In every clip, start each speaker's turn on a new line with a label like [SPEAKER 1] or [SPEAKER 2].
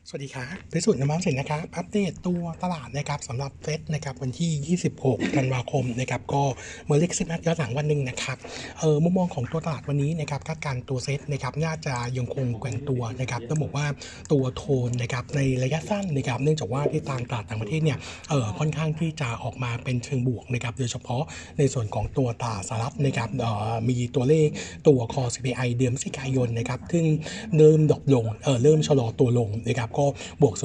[SPEAKER 1] สวัสดีครับพิสุทธิ์น้ำมันสินนะครับอัปเดตตัวตลาดนะครับสำหรับเฟดนะครับวันที่26ธันวาคมนะครับก็เมื่อเล็กสิบนัดย้อนหลังวันหนึ่งนะครับมุมมองของตัวตลาดวันนี้นะครับคาดการตัวเซตนะครับน่าจะยังคงแกว่งตัวนะครับต้องบอกว่าตัวโทนนะครับในระยะสั้นนะครับเนื่องจากว่าที่ตลาดต่างประเทศเนี่ยค่อนข้างที่จะออกมาเป็นเชิงบวกนะครับโดยเฉพาะในส่วนของตัวตลาดสหรัฐนะครับมีตัวเลขตัวคอ CPI เดือนพฤศจิกายนนะครับซึ่งเริ่มดรอปลงเริ่มชะลอตัวลงนะครับก็บวก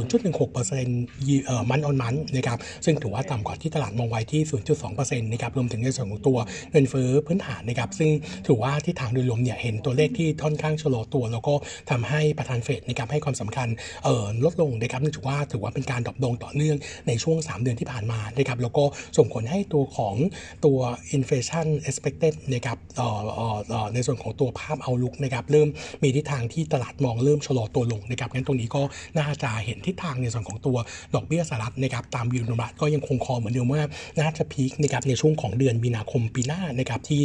[SPEAKER 1] 0.16% มันออนมันนะครับซึ่งถือว่าต่ำกว่าที่ตลาดมองไว้ที่ 0.2% นะครับรวมถึงในส่วนของตัวเงินเฟ้อพื้นฐานนะครับซึ่งถือว่าที่ทางโดยรวมเนี่ยเห็นตัวเลขที่ค่อนข้างชะลอตัวแล้วก็ทำให้ประธานเฟดนะครับให้ความสำคัญลดลงนะครับเนื่องจากว่าถือว่าเป็นการดรอปลงต่อเนื่องในช่วง3เดือนที่ผ่านมานะครับแล้วก็ส่งผลให้ตัวของตัว inflation expected นะครับในส่วนของตัวภาพ outlook นะครับเริ่มมีทิศทางที่ตลาดมองเริ่มชะลอตัวลงนะครับงั้นตรงนี้ก็น่าจะเห็นทิศทางในส่วนของตัวดอกเบี้ยสหรัฐนะครับตามวิวโนบะก็ยังคงคอเหมือนเดิมว่าน่าจะพีคนะครับในช่วงของเดือนมีนาคมปีหน้านะครับที่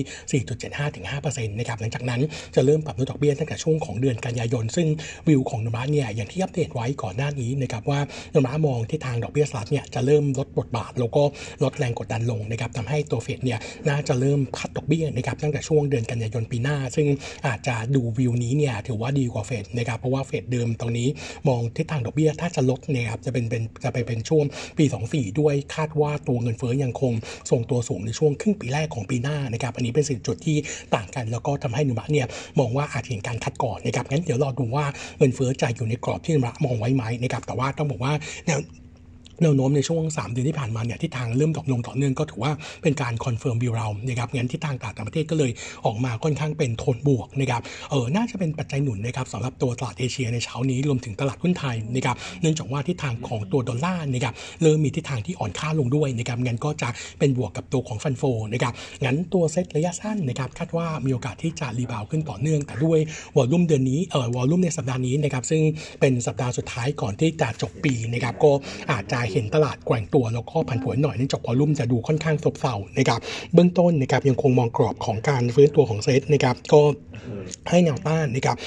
[SPEAKER 1] 4.75-5% นะครับหลังจากนั้นจะเริ่มปรับลดดอกเบี้ยตั้งแต่ช่วงของเดือนกันยายนซึ่งวิวของโนบะเนี่ยอย่างที่อัปเดตไว้ก่อนหน้านี้นะครับว่าโนบะมองที่ทางดอกเบี้ยสหรัฐเนี่ยจะเริ่มลดบทบาทแล้วก็ลดแรงกดดันลงนะครับทำให้ตัวเฟดเนี่ยน่าจะเริ่มคัดดอกเบี้ยนะครับตั้งแต่ช่วงเดือนกันยายนปีหน้าซึ่งอาจจะดูวิวนี้เนี่ยถือว่าดีกว่าเฟดนะครับเพราะว่าเฟดเดิมตรงนี้มองทิศทางดอกเบี้ยถ้าจะลดเนี่ยครับจะไปเป็นช่วงปี24ด้วยคาดว่าตัวเงินเฟ้อยังคงทรงตัวสูงในช่วงครึ่งปีแรกของปีหน้านะครับอันนี้เป็นสิ่งจุดที่ต่างกันแล้วก็ทำให้นุมะเนี่ยมองว่าอาจเห็นการคัดก่อนนะครับงั้นเดี๋ยวรอดูว่าเงินเฟ้อจะอยู่ในกรอบที่นุมะมองไว้ไหมนะครับแต่ว่าต้องบอกว่าแนวโน้มในช่วง3เดือนที่ผ่านมาเนี่ยที่ทางเริ่มดรอปลงต่อเนื่องก็ถือว่าเป็นการคอนเฟิร์มวิวเรานะครับงั้นที่ทางต่างประเทศก็เลยออกมาค่อนข้างเป็นโทนบวกนะครับน่าจะเป็นปัจจัยหนุนนะครับสำหรับตัวตลาดเอเชียในเช้านี้รวมถึงตลาดหุ้นไทยนะครับเนื่องจากว่าทิศทางของตัวดอลลาร์นะครับเริ่มมีทิศทางที่อ่อนค่าลงด้วยนะครับงั้นก็จะเป็นบวกกับตัวของฟันโฟนะครับงั้นตัวเซ็ตระยะสั้นนะครับคาดว่ามีโอกาสที่จะรีบาวขึ้นต่อเนื่องแต่ด้วยวอลลุ่มเดือนนี้วอลลุ่มในสัปดาห์นี้นะครับซึ่งเป็นสัปดาห์สุดท้ายก่อนที่จะจบปีนะครับก็อาจจะเห็นตลาดแกว่งตัวแล้วก็ผันผวนหน่อยเนื่องจากวอลลุ่มจะดูค่อนข้างซบเซานะครับเบื้องต้นนะครับยังคงมองกรอบของการฟื้นตัวของเซตนะครับก็ให้แนวต้านนะครับ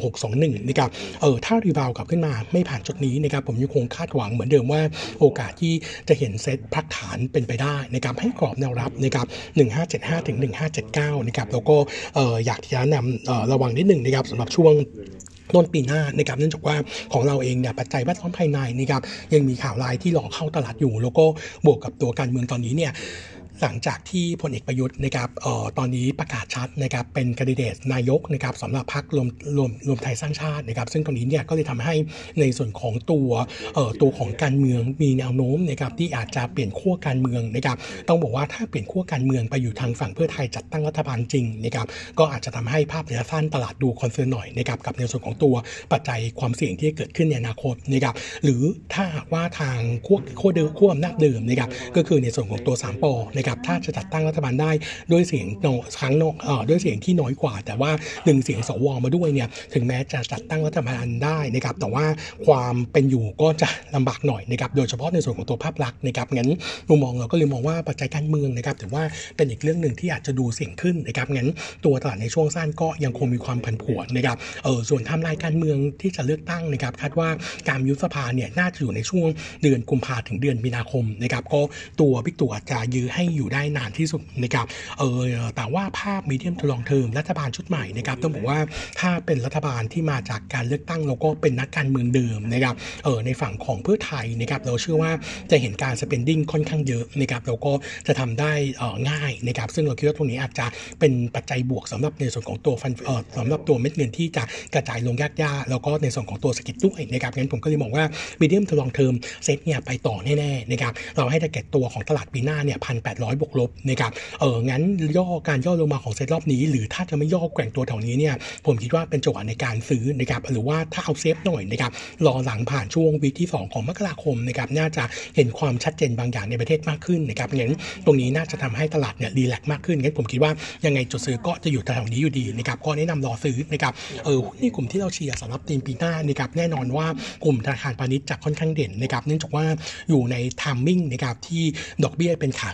[SPEAKER 1] 1621นะครับถ้ารีบาวกลับขึ้นมาไม่ผ่านจุดนี้นะครับผมยังคงคาดหวังเหมือนเดิมว่าโอกาสที่จะเห็นเซตพักฐานเป็นไปได้นะครับให้กรอบแนวรับนะครับ1575ถึง1579นะครับแล้วก็อยากที่จะแนะนำระวังนิดหนึ่งนะครับสำหรับช่วงต้นปีหน้านะครับเนื่องจากว่าของเราเองเนี่ยปัจจัยแวดล้อมภายในนะครับยังมีข่าวร้ายที่หลอกเข้าตลาดอยู่แล้วก็บวกกับตัวการเมืองตอนนี้เนี่ยหลังจากที่พลเอกประยุทธ์นะครับตอนนี้ประกาศชัดนะครับเป็นแคนดิเดตนายกนะครับสำหรับพรรครวมไทยสร้างชาตินะครับซึ่งตรงนี้เนี่ยก็เลยทำให้ในส่วนของตัวของการเมืองมีแนวโน้มนะครับที่อาจจะเปลี่ยนขั้วการเมืองนะครับต้องบอกว่าถ้าเปลี่ยนขั้วการเมืองไปอยู่ทางฝั่งเพื่อไทยจัดตั้งรัฐบาลจริงนะครับก็อาจจะทำให้ภาพระยะสั้นตลาดดูคอนเซิร์นหน่อยนะครับกับในส่วนของตัวปัจจัยความเสี่ยงที่เกิดขึ้นในอนาคตนะครับหรือถ้าหากว่าทางขั้วอำนาจเดิมนะครับก็คือในส่วนของตัว3 ป.นะครับถ้าจะจัดตั้งรัฐบาลได้ด้วยเสียงด้วยเสียงที่น้อยกว่าแต่ว่า1เสียงสวมาด้วยเนี่ยถึงแม้จะจัดตั้งรัฐบาลได้นะครับแต่ว่าความเป็นอยู่ก็จะลำบากหน่อยนะครับโดยเฉพาะในส่วนของตัวภาพลักษณ์นะครับงั้นมุมมองเราก็เลยมองว่าปัจจัยการเมืองนะครับถือว่าเป็นอีกเรื่องหนึ่งที่อาจจะดูเสี่ยงขึ้นนะครับงั้นตัวตลาดในช่วงสั้นก็ยังคงมีความผันผวนนะครับส่วนไทม์ไลน์การเมืองที่จะเลือกตั้งนะครับคาดว่าการยุบสภาเนี่ยน่าจะอยู่ในช่วงเดือนกุมภาพันธ์ถึงเดือนมีนาคมนะครับก็ตัวบิ๊กตู่อาจจะยื้อให้อยู่ได้นานที่สุดนะครับแต่ว่าภาพมีเดียมทูลองเทอมรัฐบาลชุดใหม่นะครับต้องบอกว่าถ้าเป็นรัฐบาลที่มาจากการเลือกตั้งแล้วก็เป็นนักการเมืองเดิมนะครับในฝั่งของเพื่อไทยนะครับเราเชื่อว่าจะเห็นการ spending ค่อนข้างเยอะนะครับแล้วก็จะทำได้ง่ายนะครับซึ่งเราคิดว่าตรงนี้อาจจะเป็นปัจจัยบวกสำหรับในส่วนของตัวสำหรับตัวเม็ดเงินที่จะกระจายลงยากๆแล้วก็ในส่วนของตัวเศรษฐกิจด้วยนะครับงั้นผมก็เลยมองว่ามีเดียมทูลองเทอมเซตเนี่ยไปต่อแน่ๆนะครับเราให้ target ตัวของตลาดปีหน้าเนี่ย 1,800 บวกลบนะครับงั้นการย่อลงมาของเซตรอบนี้หรือถ้าจะไม่ย่อแกว่งตัวแถวนี้เนี่ยผมคิดว่าเป็นจังหวะในการซื้อนะครับหรือว่าถ้าเอาเซฟหน่อยนะครับรอหลังผ่านช่วงวีคที่2ของมกราคมนะครับน่าจะเห็นความชัดเจนบางอย่างในประเทศมากขึ้นนะครับงั้นตรงนี้น่าจะทำให้ตลาดเนี่ยรีแลกซ์มากขึ้นงั้นผมคิดว่ายังไงจุดซื้อก็จะอยู่แถวนี้อยู่ดีนะครับก็แนะนำรอซื้อนะครับหุ้นในกลุ่มที่เราเชียร์สำหรับปีหน้านะครับแน่นอนว่ากลุ่มธนาคารพาณิชย์จะค่อนข้างเด่นนะครับเนื่องจากว่าอยู่ในไทมิ่งนะครับที่ดอกเบี้ยเป็นขาขึ้นและ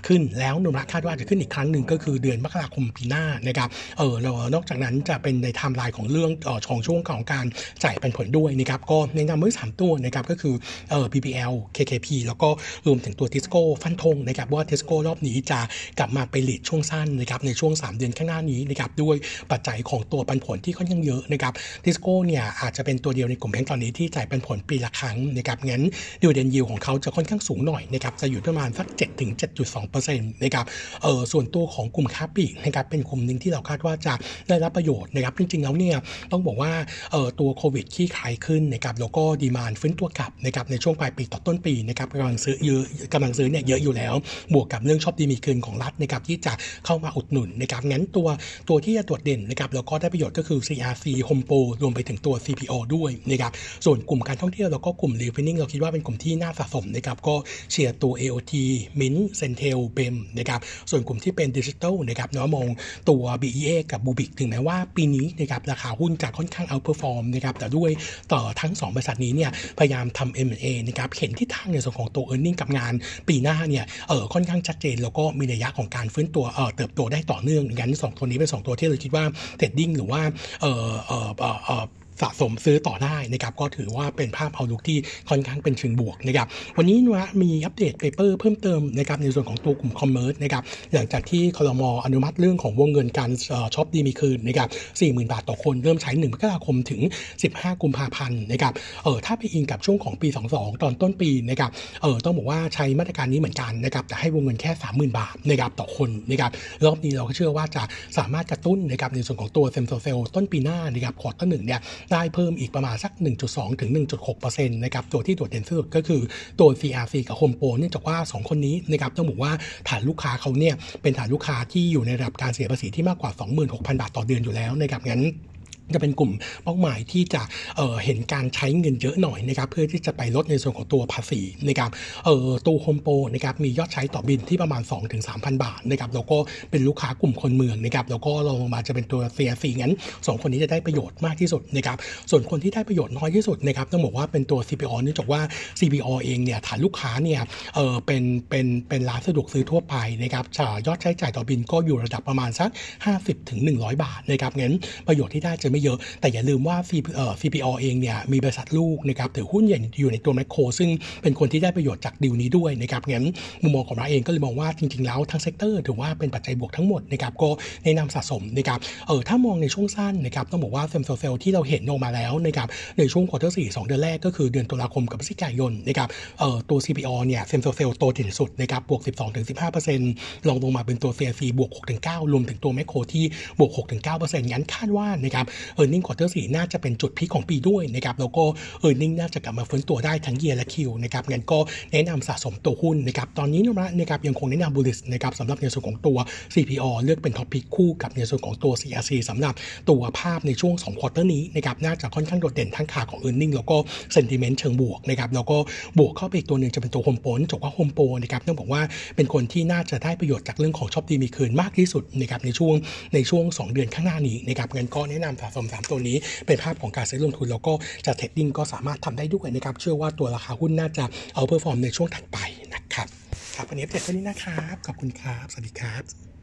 [SPEAKER 1] แล้วนุมะคาดว่าจะขึ้นอีกครั้งหนึ่งก็คือเดือนมกราคมปีหน้านะครับแล้วนอกจากนั้นจะเป็นในไทม์ไลน์ของเรื่องของช่วงของการจ่ายปันผลด้วยนะครับก็แนะนำไว้3ตัวนะครับก็คือBBL KKP แล้วก็รวมถึงตัว Tisco ฟันธงนะครับว่า Tisco รอบนี้จะกลับมาไปลีดช่วงสั้นนะครับในช่วง3เดือนข้างหน้านี้นะครับด้วยปัจจัยของตัวปันผลที่ค่อนข้างเยอะนะครับ Tisco เนี่ยอาจจะเป็นตัวเดียวในกลุ่มแบงก์ตอนนี้ที่จ่ายปันผลปีละครั้งนะครับงั้นdividend yield ของเขาจะค่อนข้างสูงหน่อยนะครับจะอยู่ประมาณสัก 7-7.2% นะครับส่วนตัวของกลุ่มค้าปลีกนะครับเป็นกลุ่มหนึ่งที่เราคาดว่าจะได้รับประโยชน์นะครับจริงๆแล้วเนี่ยต้องบอกว่าตัวโควิดคลี่คลายขึ้นนะครับแล้วก็ดีมานด์ฟื้นตัวกลับนะครับในช่วงปลายปีต่อต้นปีนะครับกำลังซื้อเนี่ยเยอะอยู่แล้วบวกกับเรื่องชอบดีมีคืนของรัฐนะครับที่จะเข้ามาอุดหนุนนะครับงั้นตัวที่จะโดดเด่นนะครับแล้วก็ได้ประโยชน์ก็คือ CRC Home Pro รวมไปถึงตัว CPO ด้วยนะครับส่วนกลุ่มการท่องเที่ยวแล้วก็กลุ่ม Refining เราคิดว่าเป็นกลุ่มที่น่าสะสมนะครับก็เชียร์ตัว AOT Mint Sentel BEM นะครับส่วนกลุ่มที่เป็นดิจิทัลนะครับเนาะมองตัว BEA กับ Bubic ถึงแม้ว่าปีนี้นะครับราคาหุ้นจะค่อนข้าง outperform นะครับแต่ด้วยทั้ง2บริษัทนี้เนี่ยพยายามทำ M&A นะครับเห็นทิศทางในส่วนของตัว earning กับงานปีหน้าเนี่ยค่อนข้างชัดเจนแล้วก็มีนัยยะของการฟื้นตัวเติบโตได้ต่อเนื่องงั้น2ตัวนี้เป็น2ตัวที่เราคิดว่าเทรดดิ้งหรือว่าสะสมซื้อต่อได้นะครับก็ถือว่าเป็นภาพเอาลุกที่ค่อนข้างเป็นเชิงบวกนะครับวันนี้นะมีอัปเดตเปเปอร์เพิ่มเติมนะครับในส่วนของตัวกลุ่มคอมเมอร์สนะครับหลังจากที่ครม.อนุมัติเรื่องของวงเงินการช็อปดีมีคืนนะครับ 40,000 บาทต่อคนเริ่มใช้1มกราคมถึง15กุมภาพันธ์นะครับถ้าไปอิงกับช่วงของปี22ตอนต้นปีนะครับต้องบอกว่าใช้มาตรการนี้เหมือนกันนะครับแต่ให้วงเงินแค่ 30,000 บาทนะครับต่อคนนะครับรอบนี้เราก็เชื่อว่าจะสามารถกระตุ้นนะครับในส่วนของตัวเซมโซเซลต้นปีหน้านะครับควอเตอร์1เนี่ยได้เพิ่มอีกประมาณสัก 1.2 ถึง 1.6% นะครับตัวที่โดดเด่นที่สุดก็คือตัว CRC กับ Home Pro เนื่องจากว่า2คนนี้นะครับต้องบอกว่าฐานลูกค้าเขาเนี่ยเป็นฐานลูกค้าที่อยู่ในระดับการเสียภาษีที่มากกว่า 26,000 บาทต่อเดือนอยู่แล้วนะครับงั้นจะเป็นกลุ่มเป้าหมายที่จะเห็นการใช้เงินเยอะหน่อยนะครับเพื่อที่จะไปลดในส่วนของตัวภาษีนะครับตัวโฮมโปรนะครับมียอดใช้ต่อบินที่ประมาณ 2-3,000 บาทนะครับแล้วก็เป็นลูกค้ากลุ่มคนเมืองนะครับแล้วก็ลงมาจะเป็นตัว CRC งั้น2คนนี้จะได้ประโยชน์มากที่สุดนะครับส่วนคนที่ได้ประโยชน์น้อยที่สุดนะครับต้องบอกว่าเป็นตัว CPO เนื่องจากว่า CPO เองเนี่ยฐานลูกค้าเนี่ยเป็นร้านสะดวกซื้อทั่วไปนะครับยอดใช้จ่ายต่อบินก็อยู่ระดับประมาณสัก 50-100 บาทนะครับงั้นประโยชน์ที่ได้จะไม่เยอะแต่อย่าลืมว่า CPO เองเนี่ยมีบริษัทลูกนะครับถือหุ้นใหญ่อยู่ในตัวแมคโครซึ่งเป็นคนที่ได้ประโยชน์จากดีลนี้ด้วยนะครับงั้นมุมมองของเราเองก็เลยมองว่าจริงๆแล้วทั้งเซกเตอร์ถือว่าเป็นปัจจัยบวกทั้งหมดนะครับก็แนะนำสะสมนะครับถ้ามองในช่วงสั้นนะครับต้องบอกว่าเซมโซเซลที่เราเห็นออกมาแล้วนะครับในช่วงควอเตอร์4 2เดือนแรกก็คือเดือนตุลาคมกับพฤศจิกายนนะครับตัว CPO เนี่ยเซมโซเซลโตถึงสุดนะครับบวก 12-15% ลองลงมาเป็นตัว CRC บวก 6-9 รวมถึงตัวแมคโครที่บวก 6-9% งั้นคาดว่านะครับearning quarter 4น่าจะเป็นจุดพีคของปีด้วยนะครับแล้วก็ earning น่าจะกลับมาฟื้นตัวได้ทั้ง year และ Q นะครับงั้นก็แนะนำสะสมตัวหุ้นนะครับตอนนี้นะครับยังคงแนะนำ bullish นะครับสำหรับในส่วนของตัว CPO เลือกเป็น top pick คู่กับในส่วนของตัว CRC สำหรับตัวภาพในช่วง2 quarter นี้นะครับน่าจะค่อนข้างโดดเด่นทั้งขาของ earning แล้วก็ sentiment เชิงบวกนะครับแล้วก็บวกเข้าไปอีกตัวหนึ่งจะเป็นตัว Home Pro จบว่า Home Pro นะครับต้องบอกว่าเป็นคนที่น่าจะได้ประโยชน์จากเรื่องของช็อปดีมีคืนมากที่สุดนะครับในช่วง2เดือนข้างหน้านี้นะครับงั้นก็แนะนำสะสม3ตัวนี้เป็นภาพของการซื้อลงทุนแล้วก็จะเทรดดิ้งก็สามารถทำได้ด้วยนะครับเชื่อว่าตัวราคาหุ้นน่าจะเอาเพอร์ฟอร์มในช่วงถัดไปนะครับครับวันนี้อัปเดตเท่านี้นะครับขอบคุณครับสวัสดีครับ